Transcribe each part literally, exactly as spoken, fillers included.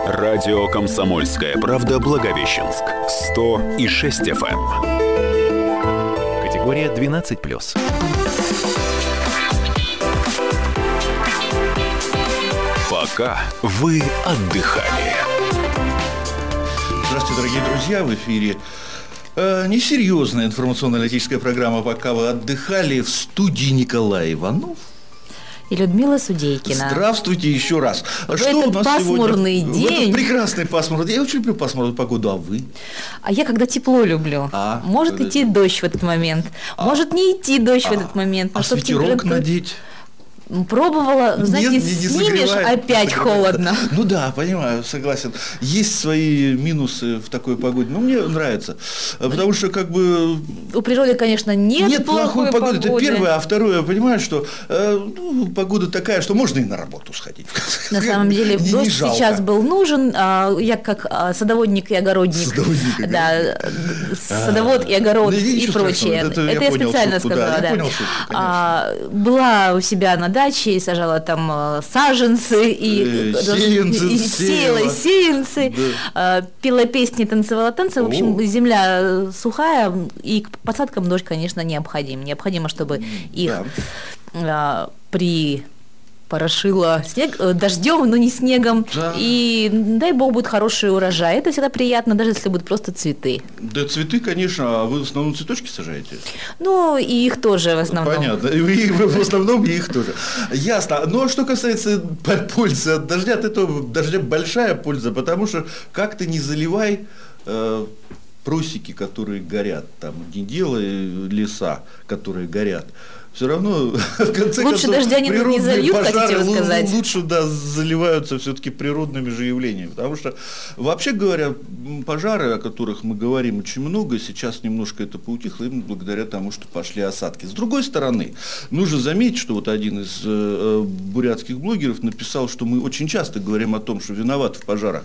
Радио «Комсомольская правда» Благовещенск. сто и шесть эф эм. Категория двенадцать плюс. Пока вы отдыхали. Здравствуйте, дорогие друзья, в эфире э, несерьезная информационно-аналитическая программа «Пока вы отдыхали», в студии Николай Иванов и Людмила Судейкина. Здравствуйте еще раз. В Что этот у нас пасмурный сегодня? День. В этот прекрасный пасмурный день. Я очень люблю пасмурную погоду, а вы? А я когда тепло люблю. А, Может идти это... дождь в этот момент. А, Может не идти дождь а, в этот момент. А свитерок температура... надеть? Пробовала, но, знаете, Нет, не, не снимешь, опять холодно. Ну да, понимаю, согласен. Есть свои минусы в такой погоде, но мне нравится. Потому что как бы... У природы, конечно, нет, нет плохой погоды. Это первое, а второе, я понимаю, что э, ну, погода такая, что можно и на работу сходить. На самом деле, не, дождь не сейчас был нужен. Я как садоводник и огородник. Садоводник, да, садовод и огород и прочее. Это я специально сказала, да. Была у себя на даче и сажала там саженцы и, сеянцы, и сеяла и сеянцы, да. Пела песни, танцевала танцы. В общем, О. земля сухая, и к посадкам дождь, конечно, необходим. Необходимо, чтобы их да. при порошило снег, дождем, но не снегом. Да. И дай бог будет хороший урожай. Это всегда приятно, даже если будут просто цветы. Да, цветы, конечно. А вы в основном цветочки сажаете? Ну, и их тоже в основном. Понятно. И в основном и их тоже. Ясно. Но что касается пользы от дождя, от этого дождя большая польза, потому что как ты не заливай э, просеки, которые горят, там не делай леса, которые горят, все равно, в конце лучше концов, дождя не, не зальют, пожары хотите вы сказать? Лучше, да, заливаются все-таки природными же явлениями. Потому что, вообще говоря, пожары, о которых мы говорим очень много, сейчас немножко это поутихло, именно благодаря тому, что пошли осадки. С другой стороны, нужно заметить, что вот один из э, бурятских блогеров написал, что мы очень часто говорим о том, что виноваты в пожарах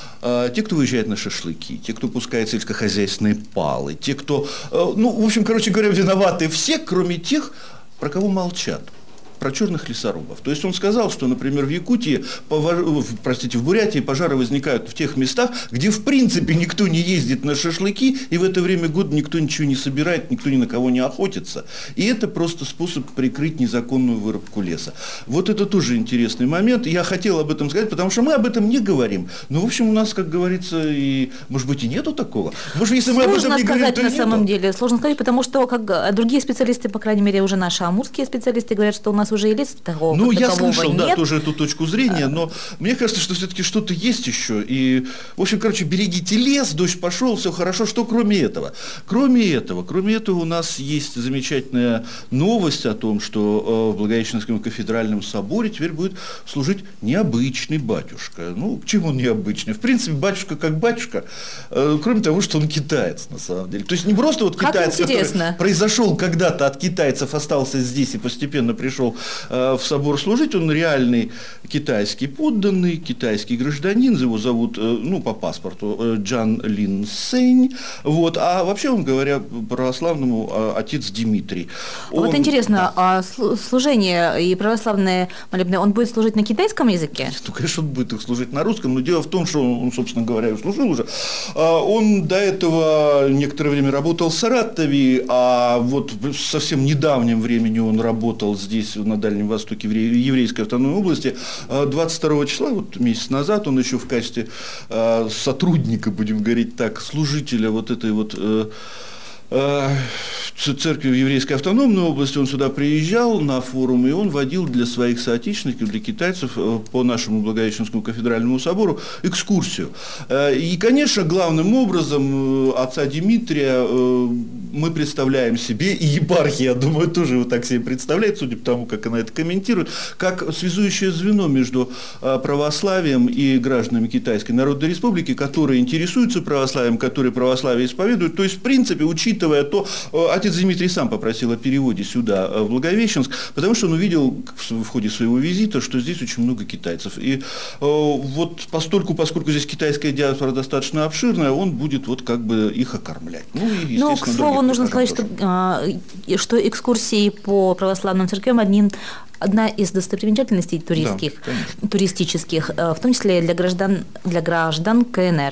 те, кто выезжает на шашлыки, те, кто пускает сельскохозяйственные палы, те, кто, ну, в общем, короче говоря, виноваты все, кроме тех, про кого молчат. Про черных лесорубов. То есть он сказал, что, например, в Якутии, простите, в Бурятии пожары возникают в тех местах, где в принципе никто не ездит на шашлыки, и в это время года никто ничего не собирает, никто ни на кого не охотится. И это просто способ прикрыть незаконную вырубку леса. Вот это тоже интересный момент. Я хотел об этом сказать, потому что мы об этом не говорим. Но, в общем, у нас, как говорится, и, может быть, и нету такого. Может, если мы сложно об этом не сказать, говорим, то на нету. самом деле. Сложно сказать, потому что как другие специалисты, по крайней мере, уже наши амурские специалисты говорят, что у нас уже и лес такого, ну, я слышал, нет. да, тоже эту точку зрения, но мне кажется, что все-таки что-то есть еще. И, в общем, короче, берегите лес, дождь пошел, все хорошо. Что кроме этого? Кроме этого, кроме этого у нас есть замечательная новость о том, что в Благовещенском кафедральном соборе теперь будет служить необычный батюшка. Ну, чем он необычный? В принципе, батюшка как батюшка, кроме того, что он китаец, на самом деле. То есть не просто вот китаец, который произошел когда-то от китайцев, остался здесь и постепенно пришел в собор служить, он реальный китайский подданный, китайский гражданин, его зовут, ну, по паспорту, Джан Лин Сэнь, вот, а вообще, он говоря православному, отец Дмитрий. Он, вот интересно, да. а служение и православное молебное, он будет служить на китайском языке? Ну, конечно, он будет их служить на русском, но дело в том, что он, собственно говоря, служил уже. Он до этого некоторое время работал в Саратове, а вот в совсем недавнем времени он работал здесь, на Дальнем Востоке, в еврейской автономной области. двадцать второго числа, вот месяц назад, он еще в качестве э, сотрудника, будем говорить так, служителя вот этой вот э, э, церкви в еврейской автономной области, он сюда приезжал на форум, и он водил для своих соотечественников, для китайцев по нашему Благовещенскому кафедральному собору экскурсию. И, конечно, главным образом отца Дмитрия мы представляем себе, и епархия, я думаю, тоже его так себе представляет, судя по тому, как она это комментирует, как связующее звено между православием и гражданами Китайской Народной Республики, которые интересуются православием, которые православие исповедуют. То есть, в принципе, учитывая то, отец Дмитрий сам попросил о переводе сюда, в Благовещенск, потому что он увидел в ходе своего визита, что здесь очень много китайцев. И вот постольку, поскольку здесь китайская диаспора достаточно обширная, он будет вот как бы их окормлять. Ну, и, ну к слову, нужно сказать, что, что экскурсии по православным церквям одним одна из достопримечательностей туристских, да, туристических, в том числе для граждан, для граждан КНР.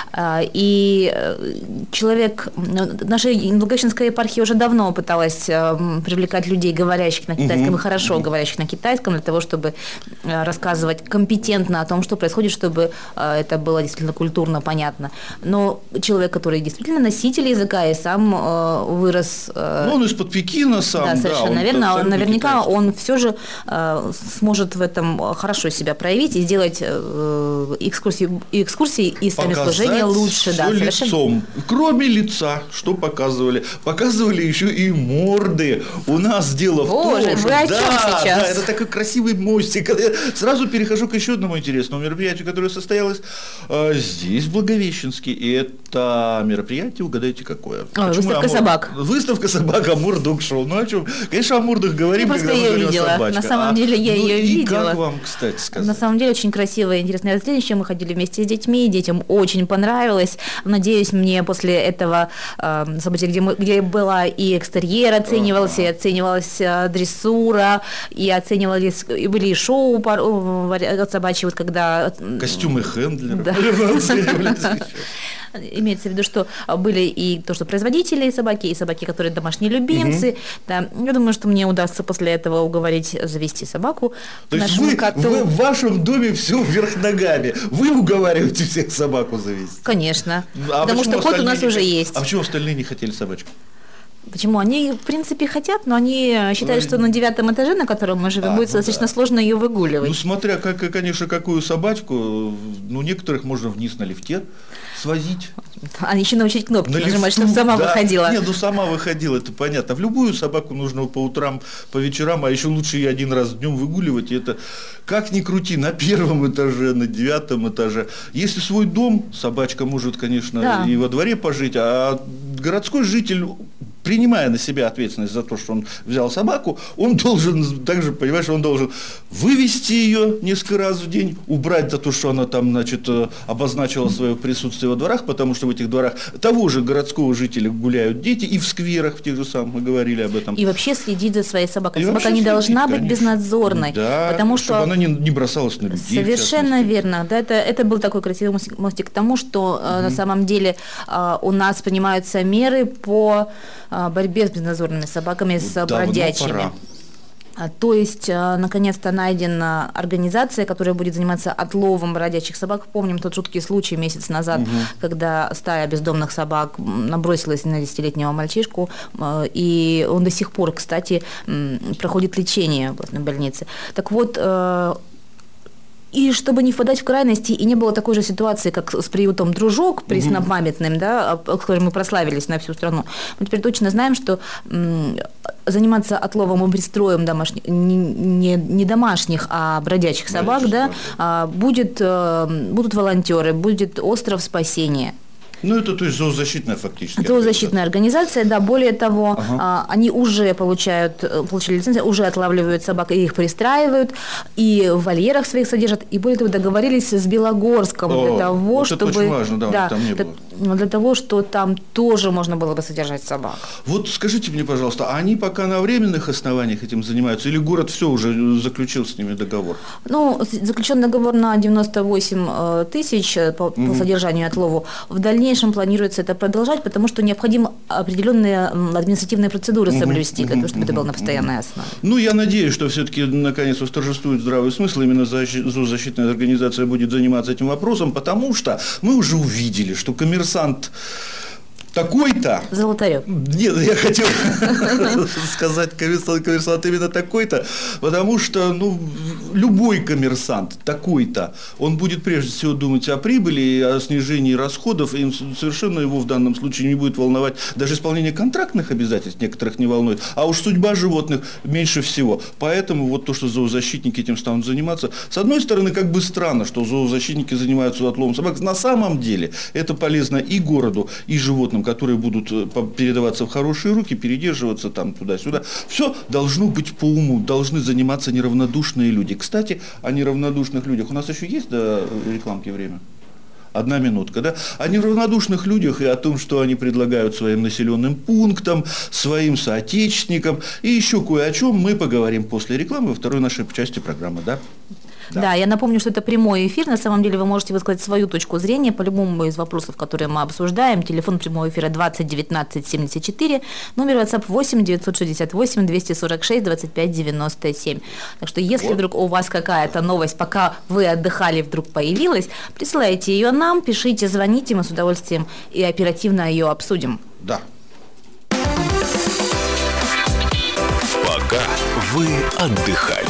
И человек, наша Благовещенская епархия уже давно пыталась привлекать людей, говорящих на китайском, угу. и хорошо говорящих на китайском, для того, чтобы рассказывать компетентно о том, что происходит, чтобы это было действительно культурно понятно. Но человек, который действительно носитель языка и сам вырос... Ну, он из-под Пекина сам, да, совершенно да, верно. Наверняка китайский. Он все же сможет в этом хорошо себя проявить и сделать экскурсии, экскурсии и сами служения лучше. Да, лицом. Кроме лица, что показывали? Показывали еще и морды. У нас дело Боже, в том, вы что... о чем да, сейчас? Да, это такой красивый мостик. Я сразу перехожу к еще одному интересному мероприятию, которое состоялось э, здесь, в Благовещенске. И это мероприятие, угадайте, какое? Ой, выставка Амур... собак. Выставка собак Амур Дог Шоу. Ну, о чем? Конечно, о мурдах говорим, я когда мы ее видела. собачка. На самом деле я ну, ее и видела. Как вам, кстати, сказать? На самом деле очень красивое и интересное зрелище. Мы ходили вместе с детьми, детям очень понравилось. Надеюсь, мне после этого э, события, где, мы, где была и экстерьер оценивался, uh-huh. и оценивалась э, дрессура, и оценивались, и были и шоу пар, э, собачьи, вот когда... Костюмы хендлеров. Да. Имеется в виду, что были и то, что производители собаки, и собаки, которые домашние любимцы. Угу. Да. Я думаю, что мне удастся после этого уговорить завести собаку. То есть вы, вы в вашем доме все вверх ногами. Вы уговариваете всех собаку завести? Конечно. А потому что кот у нас уже есть. А почему остальные не хотели собачку? Почему? Они, в принципе, хотят, но они считают, что на девятом этаже, на котором мы живем, а, будет ну достаточно да. сложно ее выгуливать. Ну, смотря, как, конечно, какую собачку, ну, некоторых можно вниз на лифте свозить. А еще научить кнопки на нажимать, лифту, чтобы сама да. выходила. Нет, ну сама выходила, это понятно. В любую собаку нужно по утрам, по вечерам, а еще лучше и один раз днем выгуливать. И это как ни крути, на первом этаже, на девятом этаже. Если свой дом, собачка может, конечно, да. и во дворе пожить, а городской житель, принимая на себя ответственность за то, что он взял собаку, он должен, также, понимаешь, он должен вывести ее несколько раз в день, убрать за то, что она там, значит, обозначила свое присутствие во дворах, потому что в этих дворах того же городского жителя гуляют дети, и в скверах, в тех же самых, мы говорили об этом. И вообще следить за своей собакой. И Собака не следить, должна быть конечно. безнадзорной. Да, потому что чтобы она не, не бросалась на людей. Совершенно верно. Да, это, это был такой красивый мостик к тому, что угу. на самом деле у нас принимаются меры по борьбе с безнадзорными собаками, с Давно бродячими. Пора. То есть, наконец-то найдена организация, которая будет заниматься отловом бродячих собак. Помним тот жуткий случай месяц назад, угу. когда стая бездомных собак набросилась на десятилетнего мальчишку, и он до сих пор, кстати, проходит лечение в областной больнице. Так вот, и чтобы не впадать в крайности, и не было такой же ситуации, как с приютом «Дружок», преснопамятным, да, которым мы прославились на всю страну, мы теперь точно знаем, что м, заниматься отловом и пристроем домашних, не, не, не домашних, а бродячих собак, да, а, будет, а, будут волонтеры, будет остров спасения. Ну, это, то есть, зоозащитная фактически. Зоозащитная организация, да. Более того, ага. они уже получают, получили лицензию, уже отлавливают собак и их пристраивают, и в вольерах своих содержат. И более того, договорились с Белогорском О, для того, вот чтобы... это очень важно, да, да, там не для, было. Для того, что там тоже можно было бы содержать собак. Вот скажите мне, пожалуйста, а они пока на временных основаниях этим занимаются, или город все уже заключил с ними договор? Ну, заключен договор на девяносто восемь тысяч по, угу. по содержанию и отлову. В дальнейшем планируется это продолжать, потому что необходимо определенные административные процедуры соблюсти, uh-huh, для того, чтобы uh-huh, это было на постоянной основе. Ну, я надеюсь, что все-таки наконец восторжествует здравый смысл, именно зоозащитная организация будет заниматься этим вопросом, потому что мы уже увидели, что коммерсант такой-то... Золотарев. Нет, я хотел сказать коммерсант, коммерсант именно такой-то, потому что, ну, любой коммерсант такой-то, он будет прежде всего думать о прибыли, о снижении расходов, и совершенно его в данном случае не будет волновать даже исполнение контрактных обязательств, некоторых не волнует, а уж судьба животных меньше всего. Поэтому вот то, что зоозащитники этим станут заниматься, с одной стороны, как бы странно, что зоозащитники занимаются отловом собак, на самом деле это полезно и городу, и животным, которые будут передаваться в хорошие руки, передерживаться там туда-сюда. Все должно быть по уму, должны заниматься неравнодушные люди. Кстати, о неравнодушных людях. У нас еще есть до рекламки время? одна минутка, да? О неравнодушных людях и о том, что они предлагают своим населенным пунктам, своим соотечественникам и еще кое о чем мы поговорим после рекламы во второй нашей части программы, да? Да. да, я напомню, что это прямой эфир. На самом деле вы можете высказать свою точку зрения по любому из вопросов, которые мы обсуждаем. Телефон прямого эфира двадцать девятнадцать семьдесят четыре, номер WhatsApp восемь девятьсот шестьдесят восемь двести сорок шесть двадцать пять девяносто семь. Так что если вот. Вдруг у вас какая-то новость, пока вы отдыхали, вдруг появилась, присылайте ее нам, пишите, звоните, мы с удовольствием и оперативно ее обсудим. Да. Пока вы отдыхали.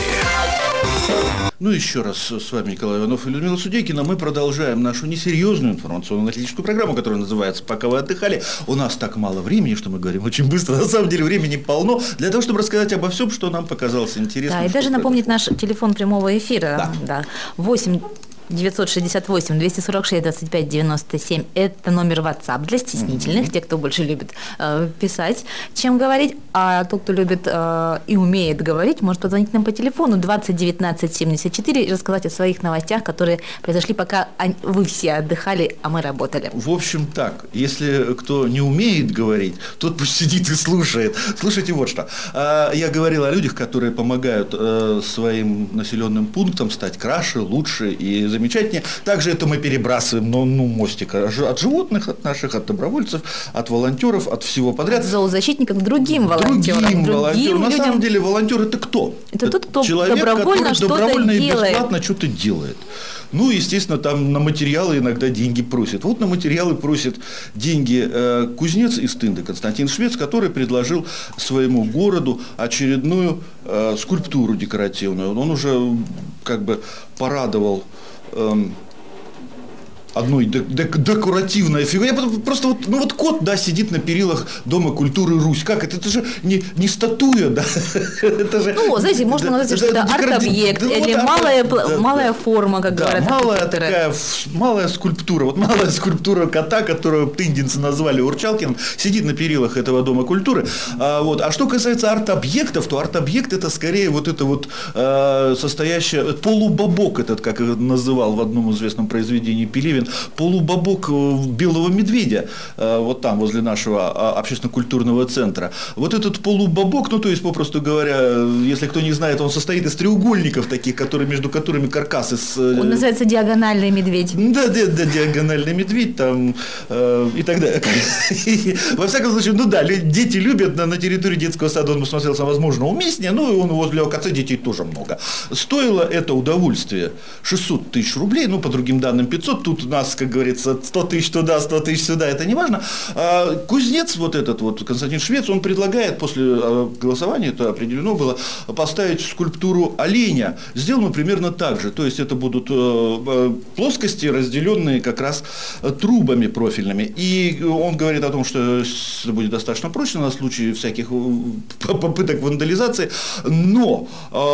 Ну, еще раз с вами Николай Иванов и Людмила Судейкина. Мы продолжаем нашу несерьезную информационно-аналитическую программу, которая называется «Пока вы отдыхали». У нас так мало времени, что мы говорим очень быстро. На самом деле времени полно для того, чтобы рассказать обо всем, что нам показалось интересным. Да, и даже напомнить наш телефон прямого эфира. Да. Да. восемь девятьсот шестьдесят восемь двести сорок шесть двадцать пять девяносто семь. Это номер WhatsApp для стеснительных, mm-hmm. те, кто больше любит э, писать, чем говорить. А тот, кто любит э, и умеет говорить, может позвонить нам по телефону двадцать девятнадцать семьдесят четыре и рассказать о своих новостях, которые произошли, пока вы все отдыхали, а мы работали. В общем так, если кто не умеет говорить, тот пусть сидит и слушает. Слушайте вот что. Я говорил о людях, которые помогают своим населенным пунктам стать краше, лучше и замечательнее. Также это мы перебрасываем ну, ну, мостик от животных, от наших, от добровольцев, от волонтеров, от всего подряд. От зоозащитников к другим волонтерам. Другим, другим волонтерам. На людям... самом деле волонтер это кто? Это тот, кто человек, добровольно который что-то добровольно и делает. бесплатно что-то делает. Ну, естественно, там на материалы иногда деньги просят. Вот на материалы просит деньги э, кузнец из Тынды Константин Швец, который предложил своему городу очередную э, скульптуру декоративную. Он уже как бы порадовал эм, одной декоративной фигурой. Я просто вот, ну вот кот, да, сидит на перилах Дома культуры Русь. Как это? Это же не, не статуя, да? Это же, ну, знаете, можно да, назвать, что это арт-объект, да, или вот малая, да, малая да, форма, как да, говорят. Малая такая, малая скульптура. Вот малая скульптура кота, которую тындинцы назвали Урчалкиным, сидит на перилах этого Дома культуры. А, вот. А что касается арт-объектов, то арт-объект это скорее вот это вот э, состоящее, полубобок этот, как называл в одном известном произведении Пелевин, полубобок белого медведя, вот там, возле нашего общественно-культурного центра. Вот этот полубобок, ну, то есть, попросту говоря, если кто не знает, он состоит из треугольников таких, которые, между которыми каркасы с... Он называется диагональный медведь. Да, да, да, диагональный медведь там э, и так далее. Во всяком случае, ну да, дети любят, на, на территории детского сада он смотрелся, возможно, уместнее, ну, и он возле ОКЦ детей тоже много. Стоило это удовольствие шестьсот тысяч рублей, ну, по другим данным пятьсот, тут у нас, как говорится, сто тысяч туда, сто тысяч сюда, это не важно. А кузнец, вот этот вот, Константин Швец, он предлагает, после голосования, это определено было, поставить скульптуру оленя. Сделано примерно так же, то есть это будут плоскости, разделенные как раз трубами профильными. И он говорит о том, что это будет достаточно прочно на случай всяких попыток вандализации, но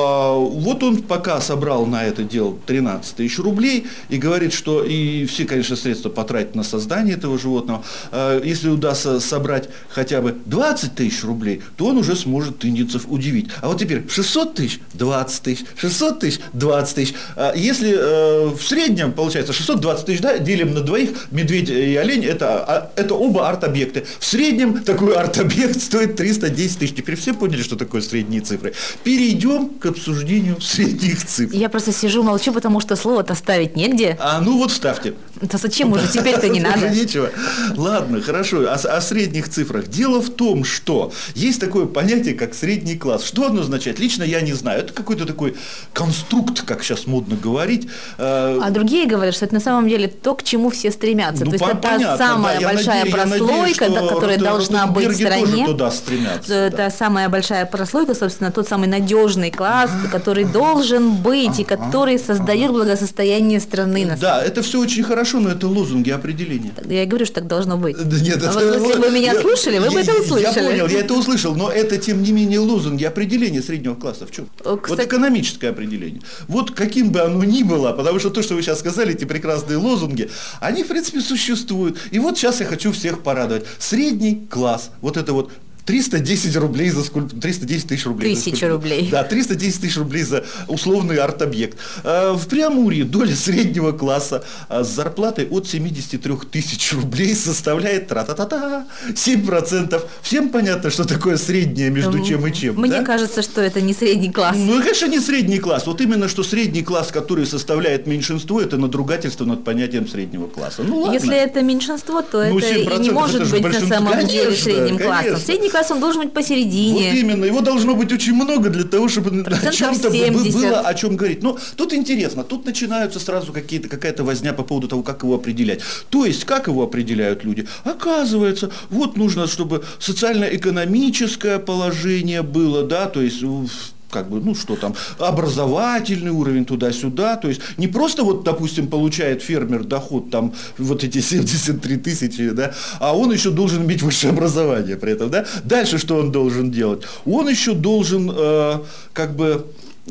вот он пока собрал на это дело тринадцать тысяч рублей и говорит, что и все, конечно, средства потратить на создание этого животного. Если удастся собрать хотя бы двадцать тысяч рублей, то он уже сможет тындинцев удивить. А вот теперь шестьсот тысяч, двадцать тысяч, шестьсот тысяч, двадцать тысяч. Если в среднем, получается, шестьсот двадцать тысяч, да, делим на двоих, медведь и олень, это, это оба арт-объекты. В среднем такой арт-объект стоит триста десять тысяч. Теперь все поняли, что такое средние цифры. Перейдем к обсуждению средних цифр. Я просто сижу, молчу, потому что слово-то ставить негде. А ну вот вставьте. Да зачем уже, теперь-то не надо. Нечего. Ладно, хорошо. О, о средних цифрах. Дело в том, что есть такое понятие, как средний класс. Что оно означает? Лично я не знаю. Это какой-то такой конструкт, как сейчас модно говорить. А другие говорят, что это на самом деле то, к чему все стремятся. Ну, то есть понятно, это та самая да, большая надеюсь, прослойка, надеюсь, которая должна быть в стране. Туда стремятся, это да. Самая большая прослойка, собственно, тот самый надежный класс, который должен быть и который создает благосостояние страны. Да, это все очень хорошо, но это лозунги определения. Я и говорю, что так должно быть. Да нет, а это, вот если вы меня я, слушали, вы я, бы это услышали. Я понял, я это услышал, но это, тем не менее, лозунги определения среднего класса. В чем? Кстати, вот экономическое определение. Вот каким бы оно ни было, потому что то, что вы сейчас сказали, эти прекрасные лозунги, они, в принципе, существуют. И вот сейчас я хочу всех порадовать. Средний класс, вот это вот триста десять рублей за скульптуру, триста десять тысяч рублей. Тысяча рублей. Да, триста десять тысяч рублей за условный арт-объект. В Преамурье доля среднего класса с зарплатой от семьдесят три тысячи рублей составляет тра-та-та-та, семь процентов. Всем понятно, что такое среднее между чем и чем. Мне да? кажется, что это не средний класс. Ну, конечно, не средний класс. Вот именно, что средний класс, который составляет меньшинство, это надругательство над понятием среднего класса. Ну, ладно. Если это меньшинство, то ну, это и не может быть на самом конечно, деле средним конечно. классом. Средний класс, он должен быть посередине. Вот именно. Его должно быть очень много для того, чтобы о чем-то было о чем говорить. Но тут интересно. Тут начинаются сразу какие-то, какая-то возня по поводу того, как его определять. То есть, как его определяют люди? Оказывается, вот нужно, чтобы социально-экономическое положение было, да, то есть... как бы, ну что там, образовательный уровень туда-сюда, то есть не просто вот, допустим, получает фермер доход там вот эти семьдесят три тысячи, да, а он еще должен иметь высшее образование при этом, да. Дальше что он должен делать? Он еще должен э, как бы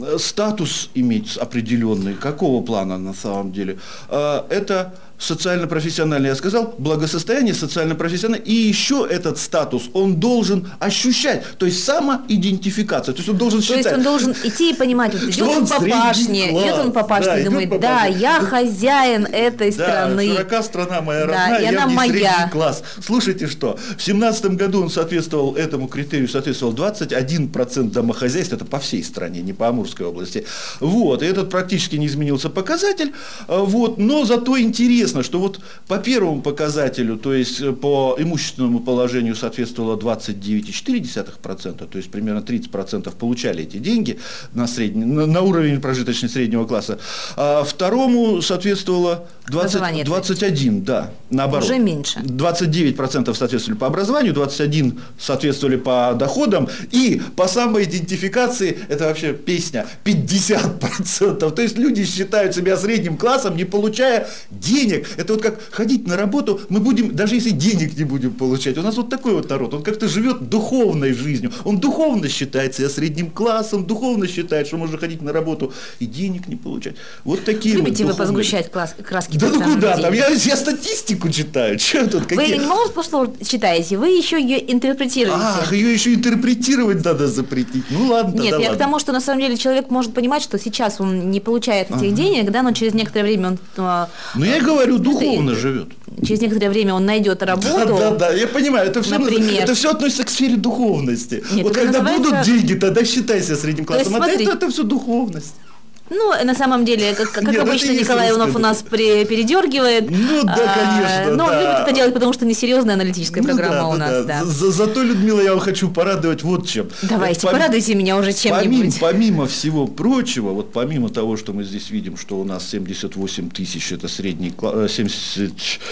статус иметь определенный. Какого плана на самом деле? Э, это социально-профессиональный, я сказал, благосостояние, социально-профессиональное, и еще этот статус он должен ощущать, то есть самоидентификация, то есть он должен считать. То есть он должен идти и понимать, вот идет он по пашне, идет он по пашне, да, думает, по да, я хозяин этой да, страны. широка страна моя родная, да, я в ней средний класс. Слушайте, что в семнадцатом году он соответствовал этому критерию, соответствовал двадцать один процент домохозяйств, это по всей стране, не по Амурской области. Вот, и этот практически не изменился показатель, вот, но зато интересно, что вот по первому показателю, то есть по имущественному положению соответствовало двадцать девять целых четыре десятых процента, то есть примерно тридцать процентов получали эти деньги на, средний, на, на уровень прожиточности среднего класса, а второму соответствовало двадцать, двадцать один, да, наоборот. Уже меньше. двадцать девять процентов соответствовали по образованию, двадцать один процент соответствовали по доходам, и по самоидентификации, это вообще песня, пятьдесят процентов, то есть люди считают себя средним классом, не получая денег. Это вот как ходить на работу, мы будем, даже если денег не будем получать, у нас вот такой вот народ, он как-то живет духовной жизнью, он духовно считает себя средним классом, духовно считает, что можно ходить на работу и денег не получать. Вот такие вот любите духовные... вы позгущать класс, краски? Да ну куда там, я, я статистику читаю, что тут какие... Вы не мало что читаете, вы еще ее интерпретируете. Ах, ее еще интерпретировать надо запретить, ну ладно. Нет, я ладно. к тому, что на самом деле человек может понимать, что сейчас он не получает этих ага. денег, да, но через некоторое время он... Ну я говорю, духовно живет. Через некоторое время он найдет работу. Да, да, да, я понимаю, это все, например, это все относится к сфере духовности. Нет, вот когда называется... будут деньги, тогда считайся средним классом, а это, это все духовность. Ну, на самом деле, как, как Нет, обычно, Николай Иванов у нас при, передергивает. Ну, да, конечно. А, но да. любит это делать, потому что несерьезная аналитическая ну, программа да, у нас. Да. Да. За, зато, Людмила, я вам хочу порадовать вот чем. Давайте, вот, порадуйте меня уже чем-нибудь. Помимо, помимо всего прочего, вот помимо того, что мы здесь видим, что у нас семьдесят восемь тысяч, это средний класс, семьдесят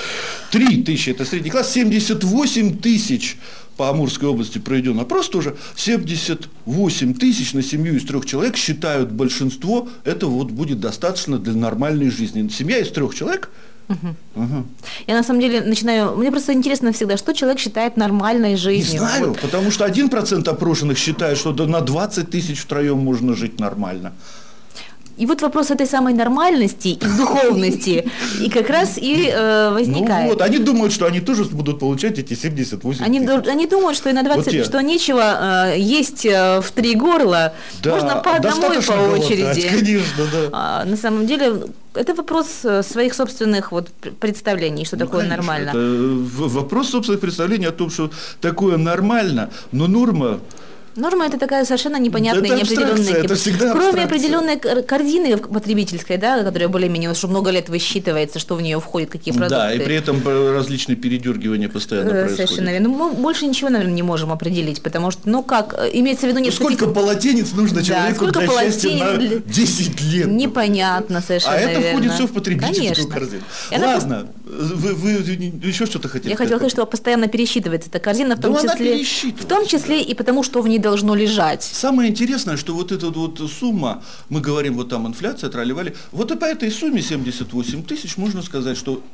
три тысячи, это средний класс, семьдесят восемь тысяч по Амурской области проведен опрос тоже, семьдесят восемь тысяч на семью из трех человек считают большинство, это вот будет достаточно для нормальной жизни. Семья из трех человек. Угу. Угу. Я на самом деле начинаю, мне просто интересно всегда, что человек считает нормальной жизнью. Не знаю, вот. Потому что один процент опрошенных считает, что на двадцать тысяч втроем можно жить нормально. И вот вопрос этой самой нормальности и духовности и как раз и э, возникает. Ну вот, они думают, что они тоже будут получать эти семьдесят восемь они, тысяч. Они думают, что и на двадцать, вот что нечего э, есть э, в три горла, да, можно по одному и по очереди. Конечно, да. А, на самом деле это вопрос своих собственных вот представлений, что ну, такое конечно, нормально. Это вопрос собственных представлений о том, что такое нормально, но норма... Норма – это такая совершенно непонятная, это неопределенная. Это всегда кроме определенной корзины потребительской, да, которая более-менее уже много лет высчитывается, что в нее входит, какие продукты. Да, и при этом различные передергивания постоянно происходят. Совершенно верно. Мы больше ничего, наверное, не можем определить, потому что, ну как, имеется в виду... Ну, сколько полотенец нужно человеку да, для счастья на десять лет? Непонятно, совершенно верно. А это верно. входит все в потребительскую Конечно. корзину. Я Ладно, вы, вы еще что-то хотели Я сказать? хотела сказать, что постоянно пересчитывается эта корзина, в том, да числе, в том числе и потому, что в ней должно лежать. Самое интересное, что вот эта вот сумма, мы говорим, вот там инфляция, тролливали, вот и по этой сумме семьдесят восемь тысяч можно сказать, что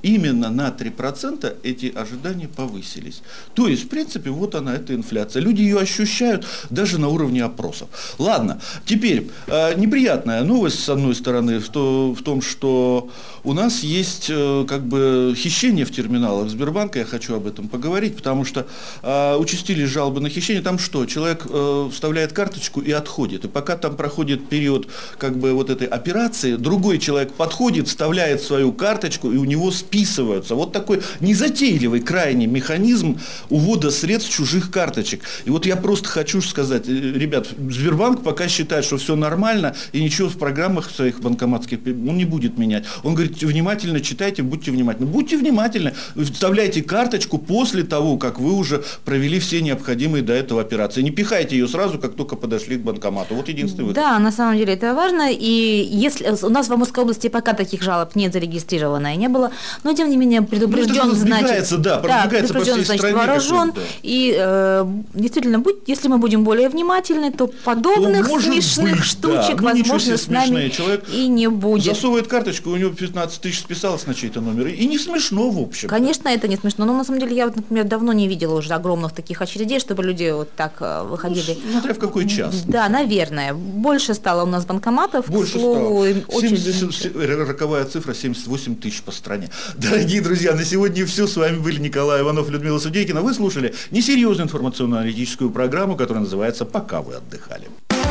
именно на три процента эти ожидания повысились. То есть, в принципе, вот она, эта инфляция. Люди ее ощущают даже на уровне опросов. Ладно, теперь э, неприятная новость, с одной стороны, в, то, в том, что у нас есть э, как бы хищение в терминалах Сбербанка, я хочу об этом поговорить, потому что э, участились жалобы на хищение. Там что, человек э, вставляет карточку и отходит, и пока там проходит период как бы вот этой операции, другой человек подходит, вставляет свою карточку, и у него списываются. Вот такой незатейливый крайний механизм увода средств с чужих карточек. И вот я просто хочу сказать, ребят, Сбербанк пока считает, что все нормально, и ничего в программах своих банкоматских он не будет менять. Он говорит, внимательно читайте, будьте внимательны. Будьте внимательны, вставляйте карточку после того, как вы уже провели все необходимые до этого операции. Не пихайте ее сразу, как только подошли к банкомату. Вот единственный выход. Да, на самом деле это важно. И если у нас в Амурской области пока таких жалоб нет зарегистрировано и не было, но тем не менее предупрежден, ну, значит, да, да, предупрежден, значит, вооружен. Да. И э, действительно, будь, если мы будем более внимательны, то подобных то смешных быть, штучек, да. возможно, с нами человек и не будет. Засовывает карточку, у него пятнадцать тысяч списалось на чей-то номер, и не смешно, в общем. Конечно, это не смешно, но на самом деле я, вот, например, давно не видела уже огромных таких очередей, чтобы люди вот так выходили. Ну, смотря в какой час. Да, наверное. Больше стало у нас банкоматов, Больше к слову, семьдесят, роковая цифра семьдесят восемь тысяч по стране. Дорогие друзья, на сегодня все. С вами были Николай Иванов, Людмила Судейкина. Вы слушали несерьезную информационно-аналитическую программу, которая называется «Пока вы отдыхали».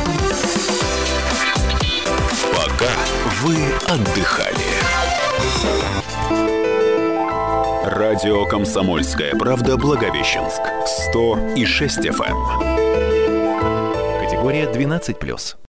Пока вы отдыхали. Радио «Комсомольская правда» Благовещенск. сто и шесть эф эм. Категория двенадцать плюс.